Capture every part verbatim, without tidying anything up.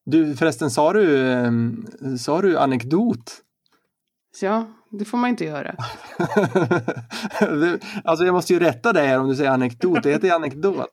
Du, förresten, sa du, eh, sa du anekdot? Ja, det får man inte göra. Alltså jag måste ju rätta dig här om du säger anekdot. Det heter ju anekdot.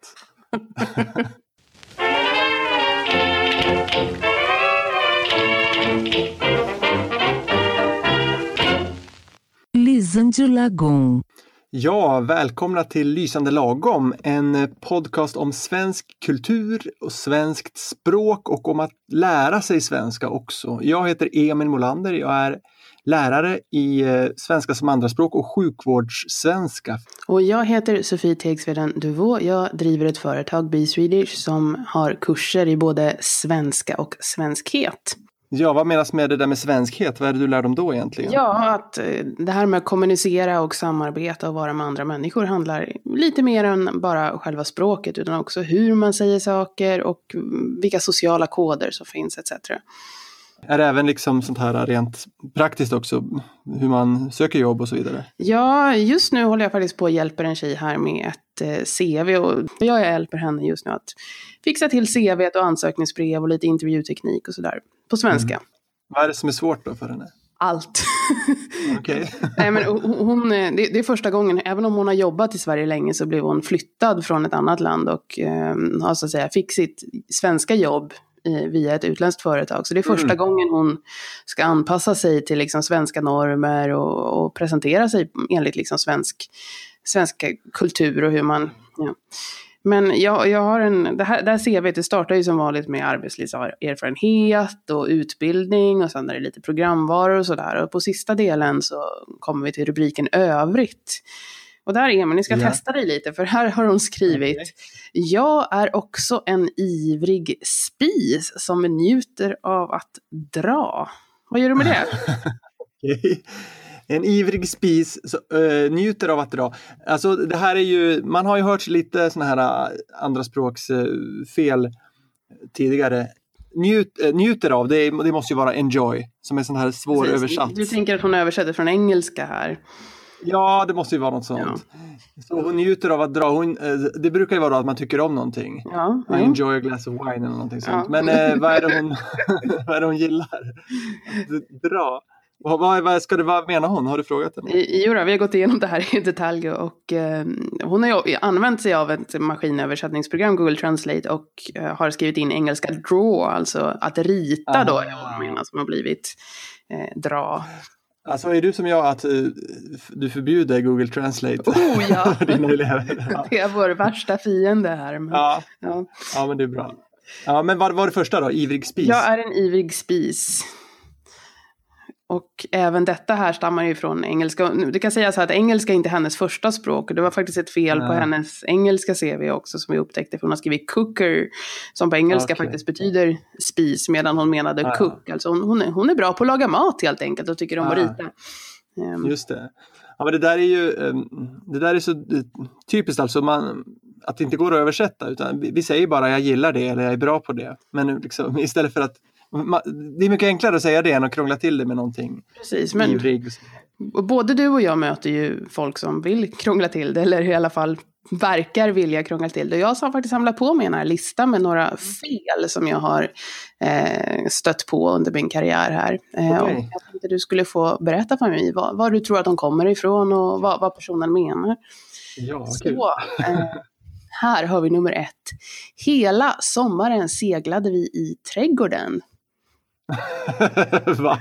Lysande lagom. Ja, välkomna till Lysande lagom, en podcast om svensk kultur och svenskt språk och om att lära sig svenska också. Jag heter Emil Molander, jag är lärare i svenska som andraspråk och sjukvårdssvenska. Och jag heter Sofie Tegsveden Duvå. Jag driver ett företag, Be Swedish, som har kurser i både svenska och svenskhet. Ja, vad menas med det där med svenskhet? Vad är det du lär dem då egentligen? Ja, att det här med att kommunicera och samarbeta och vara med andra människor handlar lite mer än bara själva språket, utan också hur man säger saker och vilka sociala koder som finns et cetera. Är det även liksom sånt här rent praktiskt också? Hur man söker jobb och så vidare? Ja, just nu håller jag faktiskt på att hjälpa en tjej här med ett eh, C V. Och jag hjälper henne just nu att fixa till C V och ansökningsbrev och lite intervjuteknik och sådär. På svenska. Mm. Vad är det som är svårt då för henne? Allt. Okej. Nej, men hon, hon, det, det är första gången, även om hon har jobbat i Sverige länge, så blev hon flyttad från ett annat land och eh, har så att säga fick sitt svenska jobb via ett utländskt företag. Så det är första mm. gången hon ska anpassa sig till liksom svenska normer och, och presentera sig enligt liksom svensk, svenska kultur och hur man... Ja. Men jag, jag har en... Det här, det här C V, det startar ju som vanligt med arbetslivserfarenhet och utbildning och sen är det lite programvaror och sådär. Och på sista delen så kommer vi till rubriken övrigt. Och där är man, ni ska ja. testa dig lite, för här har hon skrivit: okay. Jag är också en ivrig spis som njuter av att dra. Vad gör du med det? Okay. En ivrig spis så, uh, njuter av att dra. Alltså det här är ju, man har ju hört lite såna här andra språks uh, fel tidigare. Njut, uh, njuter av, det, det måste ju vara enjoy, som är sån här svår översatt. Du tänker att hon översätter från engelska här. Ja, det måste ju vara något sånt. Ja. Så hon njuter av att dra. Hon, det brukar ju vara att man tycker om någonting. Ja, I mm. enjoy a glass of wine eller någonting sånt. Ja. Men eh, vad, är det hon, vad är det hon gillar? Att dra. Vad, vad, vad ska det vara, menar hon? Har du frågat henne? Jo, vi har gått igenom det här i detalj. Och, eh, hon har ju använt sig av ett maskinöversättningsprogram, Google Translate, och eh, har skrivit in engelska draw, alltså att rita. Aha. Då, jag menar, som har blivit eh, dra. Alltså är du som jag att uh, du förbjuder Google Translate? Oh ja, dina elever? Ja. Det är vår värsta fiende här. Men, ja. Ja. ja, men det är bra. Ja, men vad var det första då? Ivrig spis? Jag är en ivrig spis. Och även detta här stammar ju från engelska. Det kan sägas att engelska är inte hennes första språk. Det var faktiskt ett fel ja. på hennes engelska C V också som vi upptäckte. För hon har skrivit cooker, som på engelska okay. faktiskt betyder spis, medan hon menade ja. cook. Alltså hon, hon, är, hon är bra på att laga mat helt enkelt och tycker om ja. att rita. Um. Just det. Ja, men det där är ju det där är så typiskt alltså man, att det inte går att översätta. Utan vi, vi säger bara jag gillar det eller jag är bra på det. Men liksom, istället för att det är mycket enklare att säga det än att krångla till det med någonting. Precis, men ivrig. Både du och jag möter ju folk som vill krångla till det, eller i alla fall verkar vilja krångla till det. Jag har faktiskt samlat på mig en här lista med några fel som jag har eh, stött på under min karriär här. Eh, okay. Och jag tänkte du skulle få berätta för mig vad, vad du tror att de kommer ifrån och vad, vad personen menar. Ja, Så, eh, här har vi nummer ett. Hela sommaren seglade vi i trädgården. Va?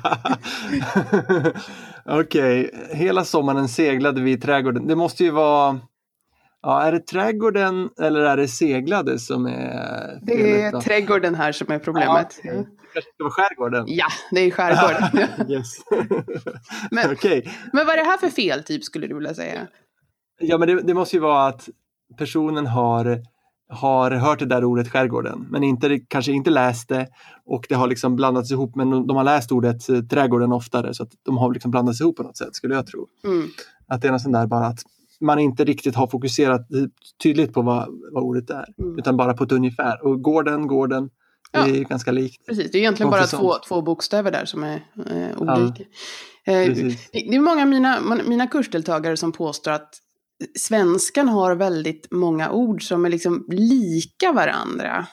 Okej, okay. Hela sommaren seglade vi i trädgården. Det måste ju vara... Ja, är det trädgården eller är det seglade som är... Det är trädgården här som är problemet. Ja, okay. Det kanske ska vara skärgården. Ja, det är skärgården. Yes. men, okay. men vad är det här för fel typ, skulle du vilja säga? Ja, men det, det måste ju vara att personen har... har hört det där ordet skärgården men inte, kanske inte läst det och det har liksom blandats ihop, men de har läst ordet trädgården oftare så att de har liksom blandats ihop på något sätt, skulle jag tro. Mm. Att det är något sånt där bara att man inte riktigt har fokuserat tydligt på vad, vad ordet är mm. utan bara på ett ungefär. Och gården, gården ja. är ganska likt. Precis, det är egentligen bara två, två bokstäver där som är eh, olika. Ja, eh, det är många av mina, mina kursdeltagare som påstår att svenskan har väldigt många ord som är liksom lika varandra.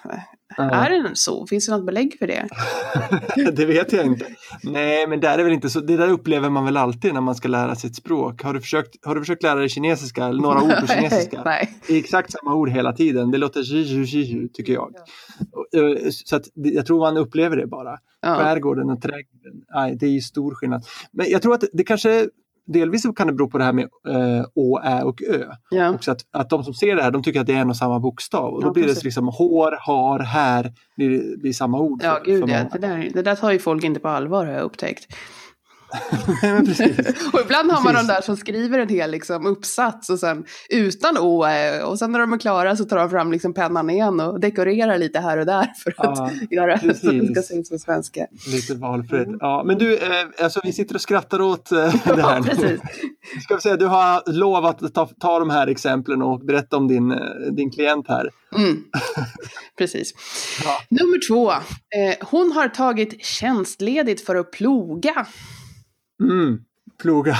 Ja. Är det så? Finns det något belägg för det? Det vet jag inte. Nej, men där är väl inte så. Det där upplever man väl alltid när man ska lära sig ett språk. Har du försökt, har du försökt lära dig kinesiska eller några ord på kinesiska? Nej. Det är exakt samma ord hela tiden. Det låter zhi, zhi, zhi, tycker jag. Ja. Så att jag tror man upplever det bara. Ja. Skärgården och trädgården. Nej, det är ju stor skillnad. Men jag tror att det kanske delvis kan det bero på det här med eh, å, ä och ö. Ja. Också att, att de som ser det här, de tycker att det är en och samma bokstav. Och då Ja, blir precis. det liksom hår, har, här. Blir, blir samma ord. Ja, för, gud för ja. många. Det där, det där tar ju folk inte på allvar, har jag upptäckt. Nej, men precis. Och ibland har man Precis. de där som skriver en hel liksom, uppsats och sen utan å, ä, och sen när de är klara så tar de fram liksom pennan igen och dekorerar lite här och där för att Ja, göra så att det precis. ska se ut som svenska. Lite valfritt. Ja, men du, eh, alltså vi sitter och skrattar åt eh, det här. Ja, precis. Ska vi säga, du har lovat att ta, ta de här exemplen och berätta om din, eh, din klient här. Mm. Precis. Ja. Nummer två. Eh, hon har tagit tjänstledigt för att ploga. Mm, ploga.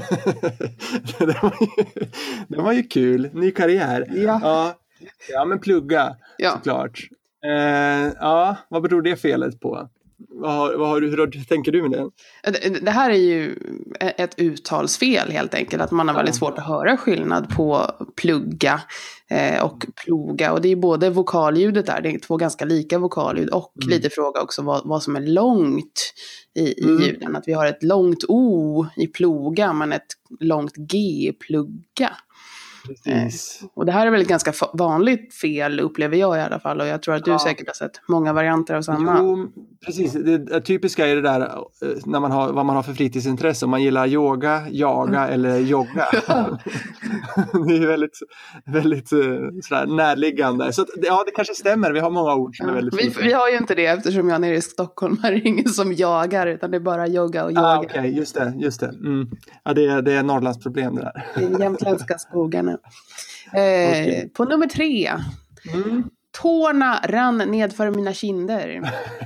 det, var ju, det var ju kul. Ny karriär. Ja. Ja, ja men plugga, Ja. såklart. Eh, ja, vad beror det felet på? Vad har, vad har du, hur, hur tänker du med det? Det, det här är ju ett uttalsfel helt enkelt. Att man har väldigt svårt att höra skillnad på plugga eh, och ploga. Och det är både vokalljudet där. Det är två ganska lika vokalljud. Och Mm. lite fråga också vad, vad som är långt i, i Mm. ljuden. Att vi har ett långt O i ploga men ett långt G i plugga. Precis. Och det här är väl ett ganska fa- vanligt fel, upplever jag i alla fall. Och jag tror att du Ja. säkert har sett många varianter av samma. Jo, precis. Det, det typiska är det där eh, när man har, vad man har för fritidsintresse. Om man gillar yoga, jaga eller jogga. Det är väldigt, väldigt eh, sådär närliggande. Så att, ja, det kanske stämmer. Vi har många ord som är väldigt Vi, lika. vi har ju inte det eftersom jag är nere i Stockholm. Här är ingen som jagar utan det är bara yoga och yoga. Ah, Okej, okay, just det. Just det. Mm. Ja, det, är, det är Norrlands problem det där. Det är jämtländska skogarna. Eh, Okej. På nummer tre. Mm. Tårna rann nedför mina kinder.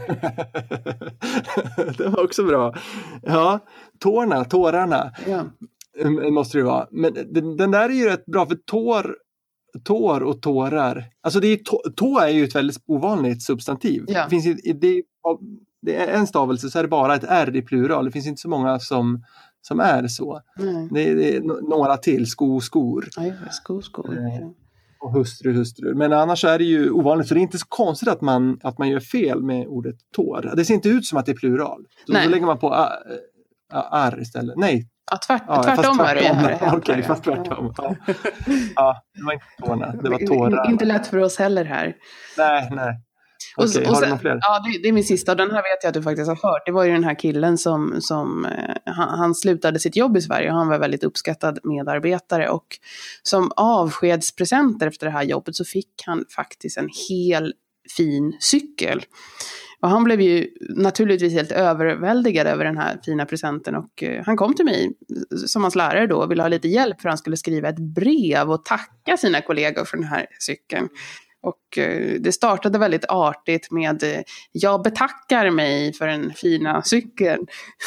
Det var också bra. Ja, tårna, tårarna. Ja. Mm, måste det vara. Men den, den där är ju rätt bra för tår, tår och tårar. Alltså det är, tå, tå är ju ett väldigt ovanligt substantiv. Ja. Det finns ju, det, det är en stavelse så är det bara ett R i plural. Det finns inte så många som, som är så. Nej. Det, det är några till, sko, skor. Ja, sko, skor. Ja. Och hustru, hustru. Men annars är det ju ovanligt. Så det är inte så konstigt att man, att man gör fel med ordet tår. Det ser inte ut som att det är plural. Så, så lägger man på a, a, ar istället. Nej. Ja, tvärt, Ja, tvärtom är det ju här. Okej, okay, fast tvärtom. Ja. Ja, det var inte tårna. Det var tårar. Inte lätt för oss heller här. Nej, nej. Och, Okej, och har sen, du någon fler? Ja, det, det är min sista. Och den här vet jag att du faktiskt har hört. Det var ju den här killen som, som eh, han, han slutade sitt jobb i Sverige. Och han var väldigt uppskattad medarbetare. Och som avskedspresenter efter det här jobbet så fick han faktiskt en hel fin cykel. Och han blev ju naturligtvis helt överväldigad över den här fina presenten. Och eh, han kom till mig som hans lärare då och ville ha lite hjälp för han skulle skriva ett brev och tacka sina kollegor för den här cykeln. Och eh, det startade väldigt artigt med eh, jag betackar mig för den fina cykeln.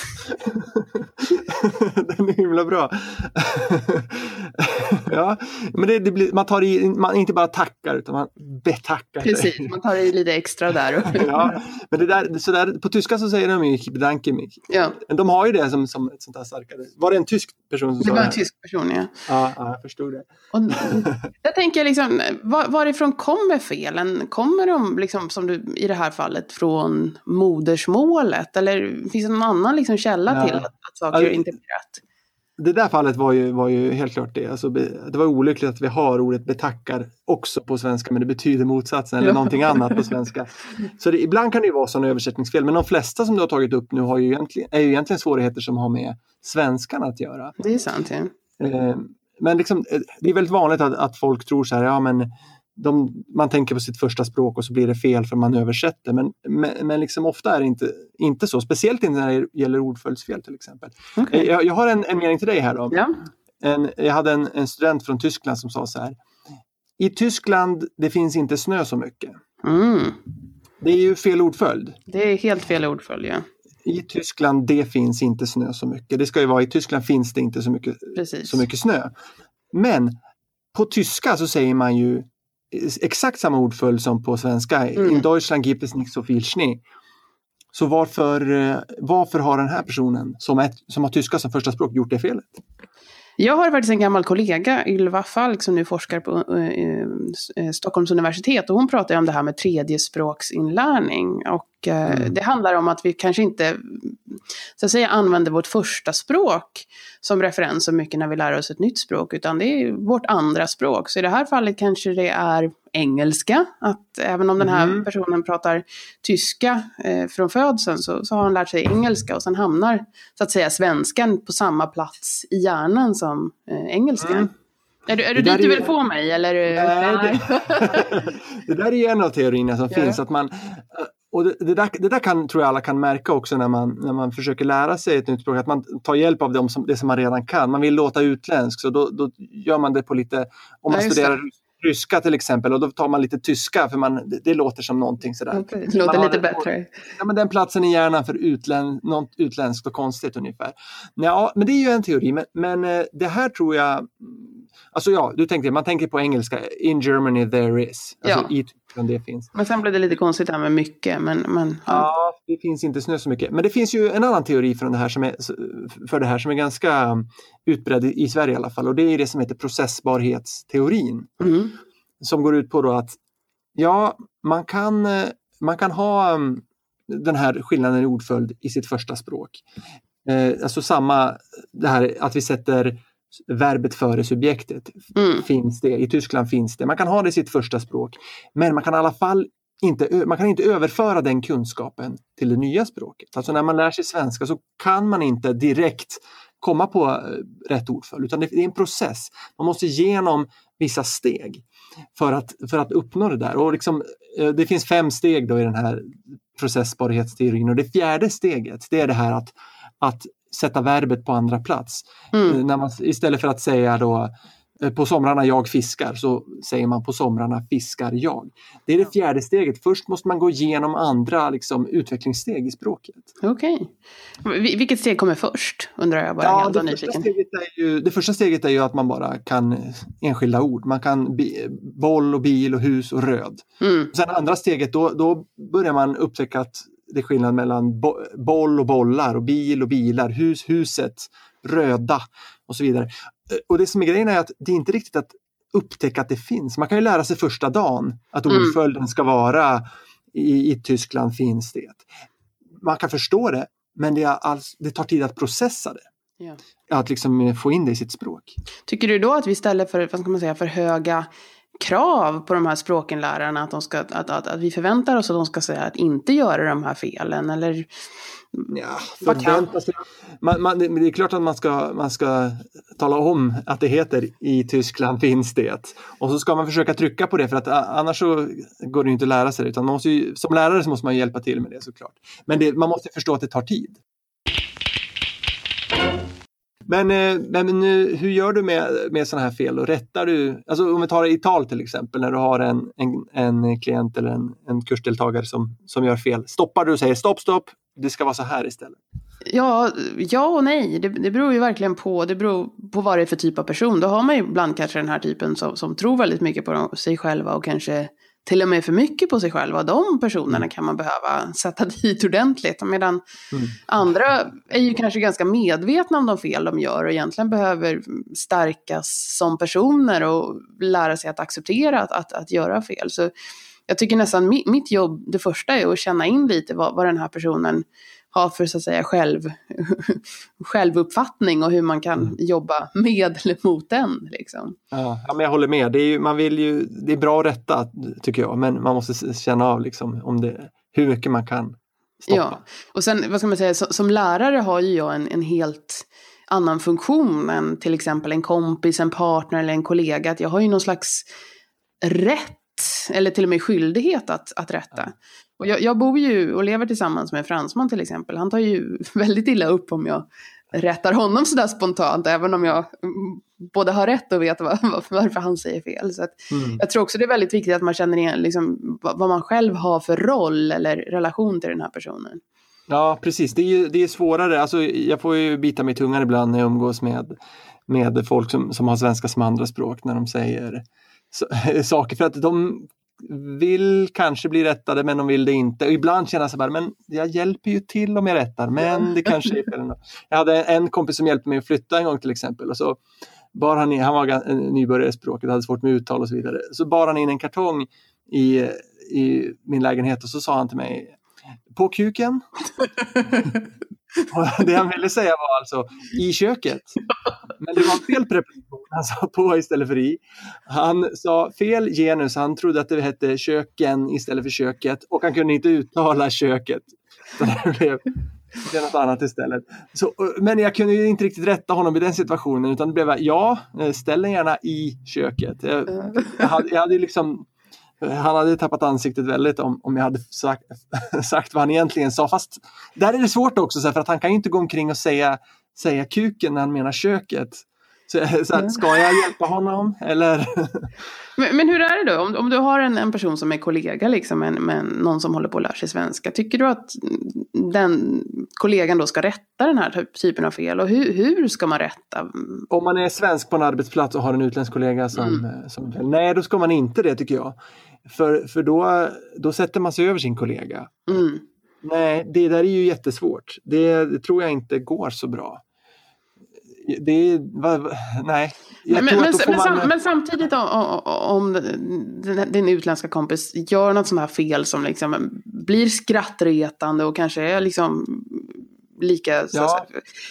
Den är himla bra. Ja, men det, det blir, man tar i, man inte bara tackar utan man betackar sig. Precis, man tar i lite extra där. Ja, men det där, så där, på tyska så säger de ju ich bedanke mich. Ja. De har ju det som, som ett sånt här starkare. Var det en tysk person som Det sa var det en här? tysk person, ja. Ja, ja, jag förstod det. Och jag tänker liksom, var, varifrån kommer felen? Kommer de liksom, som du i det här fallet, från modersmålet? Eller finns det någon annan liksom källa Ja. till att, att saker Alltså, inte blir rätt? Det där fallet var ju, var ju helt klart det. Alltså, det var olyckligt att vi har ordet betackar också på svenska, men det betyder motsatsen eller Ja. någonting annat på svenska. Så det, ibland kan det ju vara sådana översättningsfel, men de flesta som du har tagit upp nu har ju egentligen, är ju egentligen svårigheter som har med svenskan att göra. Det är sant, ja. Eh, men liksom, eh, det är väldigt vanligt att, att folk tror så här, ja men de, man tänker på sitt första språk och så blir det fel för man översätter. Men, men, men liksom ofta är det inte, inte så. Speciellt inte när det gäller ordföljdsfel till exempel. Okay. Jag, jag har en, en mening till dig här då. Ja. En, jag hade en, en student från Tyskland som sa så här. I Tyskland det finns inte snö så mycket. Mm. Det är ju fel ordföljd. Det är helt fel ordföljd, ja. I Tyskland det finns inte snö så mycket. Det ska ju vara i Tyskland finns det inte så mycket, Precis. så mycket snö. Men på tyska så säger man ju exakt samma ordföljd som på svenska. Mm. In Deutschland gibt es nicht so viel Schnee. Så varför, varför har den här personen som, är, som har tyska som första språk gjort det felet? Jag har faktiskt en gammal kollega, Ylva Falk, som nu forskar på eh, Stockholms universitet. Och hon pratar om det här med tredjespråksinlärning. Och eh, mm. det handlar om att vi kanske inte så att säga, använder vårt första språk som referens så mycket när vi lär oss ett nytt språk. Utan det är vårt andra språk. Så i det här fallet kanske det är engelska. Att även om den här mm. personen pratar tyska eh, från födseln så, så har han lärt sig engelska. Och sen hamnar så att säga svenskan på samma plats i hjärnan som eh, engelskan. Mm. Är du, är du dit du vill få mig? Eller? Nej, det, det där är en av teorierna som ja. finns. Att man, och det, det, där, det där kan, tror jag alla kan märka också när man, när man försöker lära sig ett nytt språk. Att man tar hjälp av det som, det som man redan kan. Man vill låta utländsk. Så då, då gör man det på lite... Om man ja, studerar ryska till exempel. Och då tar man lite tyska. För man, det, det låter som någonting sådär. Okay, det låter lite bättre. Ja, men den platsen i hjärnan för utlän, något utländskt och konstigt ungefär. Ja, men det är ju en teori. Men, men det här tror jag... Alltså ja, du tänkte, man tänker på engelska. In Germany there is. Alltså ja. I Tyskland det finns. Men sen blev det lite konstigt här med mycket. Men, men, ja. ja, det finns inte snö så mycket. Men det finns ju en annan teori för det här som är, för det här som är ganska utbredd i Sverige i alla fall. Och det är det som heter processbarhetsteorin. Mm. Som går ut på då att ja, man kan, man kan ha den här skillnaden i ordföljd i sitt första språk. Eh, alltså samma, det här att vi sätter verbet före subjektet. Mm. Finns det. I Tyskland finns det. Man kan ha det i sitt första språk. Men man kan i alla fall inte, man kan inte överföra den kunskapen till det nya språket. Alltså när man lär sig svenska så kan man inte direkt komma på rätt ordföljd. Utan det är en process. Man måste igenom vissa steg för att, för att uppnå det där. Och liksom, det finns fem steg då i den här processbarhetsteorin. Och det fjärde steget, det är det här att, att sätta verbet på andra plats. Mm. När man, istället för att säga då på somrarna jag fiskar så säger man på somrarna fiskar jag. Det är det fjärde steget. Först måste man gå igenom andra liksom, utvecklingssteg i språket. Okej. Okay. Vilket steg kommer först? Undrar jag bara. Ja, det, första steget är ju, det första steget är ju att man bara kan enskilda ord. Man kan bi, boll och bil och hus och röd. Mm. Sen andra steget då, då börjar man upptäcka att det är skillnad mellan bo, boll och bollar och bil och bilar, hus, huset, röda och så vidare. Och det som är grejen är att det är inte riktigt att upptäcka att det finns. Man kan ju lära sig första dagen att mm. ordföljden ska vara i, i Tyskland finns det. Man kan förstå det, men det, är alls, det tar tid att processa det. Ja. Att liksom få in det i sitt språk. Tycker du då att vi ställer för, vad ska man säga, för höga krav på de här språkinlärarna att, de ska, att, att, att vi förväntar oss att de ska säga att inte göra de här felen eller ja, förväntas det. Man, man, det är klart att man ska, man ska tala om att det heter i Tyskland finns det och så ska man försöka trycka på det för att annars så går det inte att lära sig det utan man måste ju, som lärare så måste man hjälpa till med det såklart men det, man måste förstå att det tar tid. Men, men hur gör du med, med sådana här fel? Och rättar du, alltså om vi tar i tal till exempel, när du har en, en, en klient eller en, en kursdeltagare som, som gör fel. Stoppar du och säger stopp, stopp, det ska vara så här istället? Ja, ja och nej. Det, det beror ju verkligen på, det beror på vad det är för typ av person. Då har man ju ibland kanske den här typen som, som tror väldigt mycket på sig själva och kanske till och med för mycket på sig själva. De personerna mm. kan man behöva sätta dit ordentligt. Medan mm. andra är ju kanske ganska medvetna om de fel de gör. Och egentligen behöver stärkas som personer. Och lära sig att acceptera att, att, att göra fel. Så jag tycker nästan mitt, mitt jobb, det första är att känna in lite vad, vad den här personen har för så att säga själv, självuppfattning och hur man kan mm. jobba med eller mot den. Liksom. Ja, men jag håller med. Det är, ju, man vill ju, det är bra att rätta tycker jag, men man måste känna av liksom, om det, hur mycket man kan stoppa. Ja, och sen vad ska man säga, som lärare har ju jag en, en helt annan funktion än till exempel en kompis, en partner eller en kollega. Att jag har ju någon slags rätt eller till och med skyldighet att, att rätta. Ja. Och jag, jag bor ju och lever tillsammans med en fransman till exempel. Han tar ju väldigt illa upp om jag rättar honom sådär spontant. Även om jag både har rätt och vet var, varför han säger fel. Så att mm. jag tror också det är väldigt viktigt att man känner igen liksom, vad man själv har för roll eller relation till den här personen. Ja, precis. Det är, ju, det är svårare. Alltså, jag får ju bita mig i tungan ibland när jag umgås med, med folk som, som har svenska som andra språk. När de säger så, saker för att de vill kanske bli rättade men de vill det inte. Och ibland känner jag så här, men jag hjälper ju till om jag rättar, men det kanske är fel. Jag hade en kompis som hjälpte mig att flytta en gång till exempel, och så bar han in, han var en nybörjare i språket, hade svårt med uttal och så vidare. Så bar han in en kartong i, i min lägenhet och så sa han till mig, på kuken. Och det han ville säga var alltså i köket. Men det var fel preposition, han sa på istället för i. Han sa fel genus, han trodde att det hette köken istället för köket. Och han kunde inte uttala köket. Så det blev det är något annat istället. Så, men jag kunde ju inte riktigt rätta honom i den situationen, utan det blev ja, ställ den gärna i köket. Jag, jag hade, jag hade liksom... Han hade tappat ansiktet väldigt om, om jag hade sagt, sagt vad han egentligen sa. Fast där är det svårt också, så här, för att han kan ju inte gå omkring och säga, säga kuken när han menar köket. Så, så här, ska jag hjälpa honom? Eller? Men, men hur är det då? Om, om du har en, en person som är kollega, liksom, med, med någon som håller på att lära sig svenska. Tycker du att den kollegan då ska rätta den här typen av fel? Och hur, hur ska man rätta? Om man är svensk på en arbetsplats och har en utländsk kollega som... Mm. som nej, då ska man inte det, tycker jag. För, för då, då sätter man sig över sin kollega. Mm. Nej, det där är ju jättesvårt. Det, det tror jag inte går så bra. Det är, va, nej. Jag men, men, men, man... sam, men samtidigt om, om din, din utländska kompis gör något sånt här fel som liksom blir skrattretande och kanske är liksom lika... Så, ja.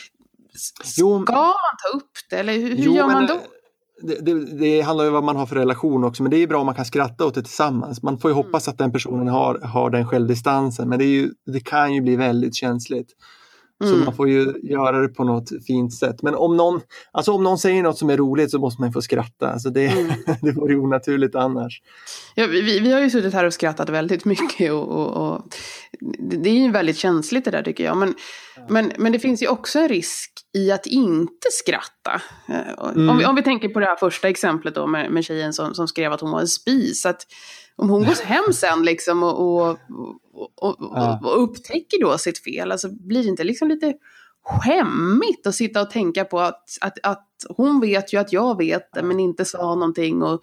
Ska jo, man ta upp det? Eller hur, hur jo, gör man då? Det, det, det handlar ju om vad man har för relation också, men det är bra om man kan skratta åt det tillsammans. Man får ju hoppas att den personen har, har den självdistansen, men det, är ju, det kan ju bli väldigt känsligt. Mm. Så man får ju göra det på något fint sätt. Men om någon, alltså om någon säger något som är roligt så måste man få skratta. Alltså det, mm. det vore ju onaturligt annars. Ja, vi, vi har ju suttit här och skrattat väldigt mycket. Och, och, och det är ju väldigt känsligt det där, tycker jag. Men, ja. men, men det finns ju också en risk i att inte skratta. Mm. Om, vi, om vi tänker på det här första exemplet då med, med tjejen som, som skrev att hon var en spis. Att om hon går hem sen liksom och, och, och, ja. och, och upptäcker då sitt fel, alltså blir det inte liksom lite skämmigt att sitta och tänka på att, att, att hon vet ju att jag vet det, men inte sa någonting, och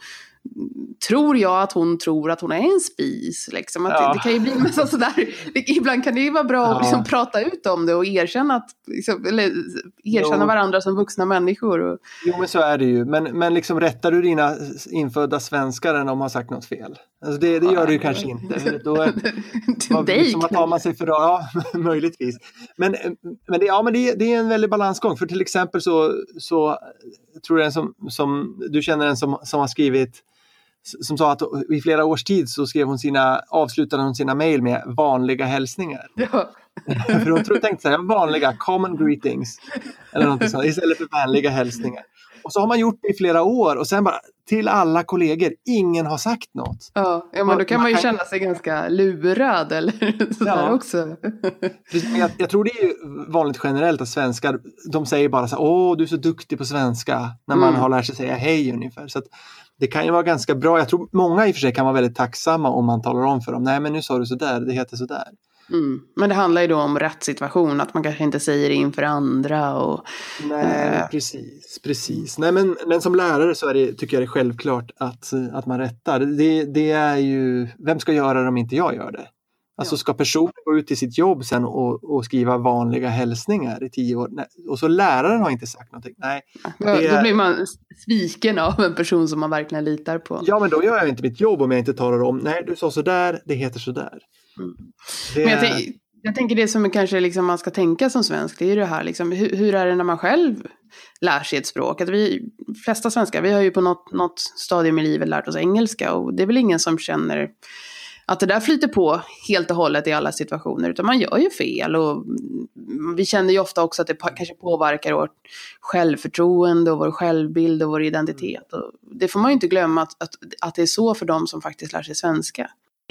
tror jag att hon tror att hon är en spis liksom. Att ja. det, det kan ju bli massa sådär, det, ibland kan det ju vara bra ja. att liksom prata ut om det och erkänna att liksom, eller erkänna jo. varandra som vuxna människor och... Jo, men så är det ju, men, men liksom rättar du dina infödda svenskar om de har sagt något fel? Alltså det, det gör ja, du ju kanske inte. Då är, vad, liksom, vad tar man sig för, ja, möjligtvis. Men, men, det, ja, men det, det är en väldig balansgång, för till exempel så, så tror jag en som, som du känner en som, som har skrivit, som sa att i flera års tid så skrev hon sina, avslutade hon sina mejl med vanliga hälsningar. Ja. För hon tror, tänkte säga vanliga, common greetings eller något sånt, istället för vänliga hälsningar. Och så har man gjort det i flera år och sen bara till alla kollegor, ingen har sagt något. Ja, ja men då kan man ju känna sig ganska lurad eller sådär ja. också. jag, jag tror det är ju vanligt generellt att svenskar, de säger bara så här, åh du är så duktig på svenska, när man mm. har lärt sig säga hej ungefär. Så att det kan ju vara ganska bra. Jag tror många i och för sig kan vara väldigt tacksamma om man talar om för dem, nej men nu sa du så där, det heter så där. Mm. Men det handlar ju då om rätt situation, att man kanske inte säger det inför andra och, nej, äh... precis, precis. Nej, men, men som lärare så är det, tycker jag det är självklart att, att man rättar. Det, det är ju, vem ska göra det om inte jag gör det? Alltså ja. Ska personen gå ut till sitt jobb sen och, och skriva vanliga hälsningar i tio år? Nej. Och så läraren har inte sagt någonting. Nej, ja, är... Då blir man sviken av en person som man verkligen litar på. Ja, men då gör jag inte mitt jobb om jag inte talar om, nej du sa så där, det heter så där. Mm. Det... Men jag, tänk, jag tänker det som kanske liksom man ska tänka som svensk, det är ju det här liksom, hur, hur är det när man själv lär sig ett språk? Att vi, flesta svenskar, vi har ju på något, något stadium i livet lärt oss engelska, och det är väl ingen som känner att det där flyter på helt och hållet i alla situationer, utan man gör ju fel, och vi känner ju ofta också att det kanske påverkar vårt självförtroende och vår självbild och vår identitet, och det får man ju inte glömma att, att, att det är så för dem som faktiskt lär sig svenska.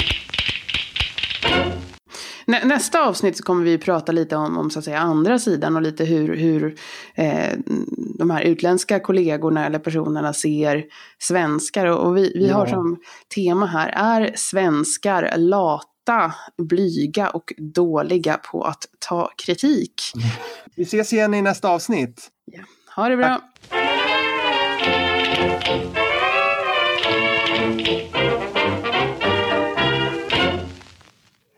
Nästa avsnitt så kommer vi prata lite om, om så att säga andra sidan, och lite hur, hur eh, de här utländska kollegorna eller personerna ser svenskar. Och, och vi, vi ja. har som tema här, är svenskar lata, blyga och dåliga på att ta kritik? Vi ses igen i nästa avsnitt. Ja. Ha det bra! Tack.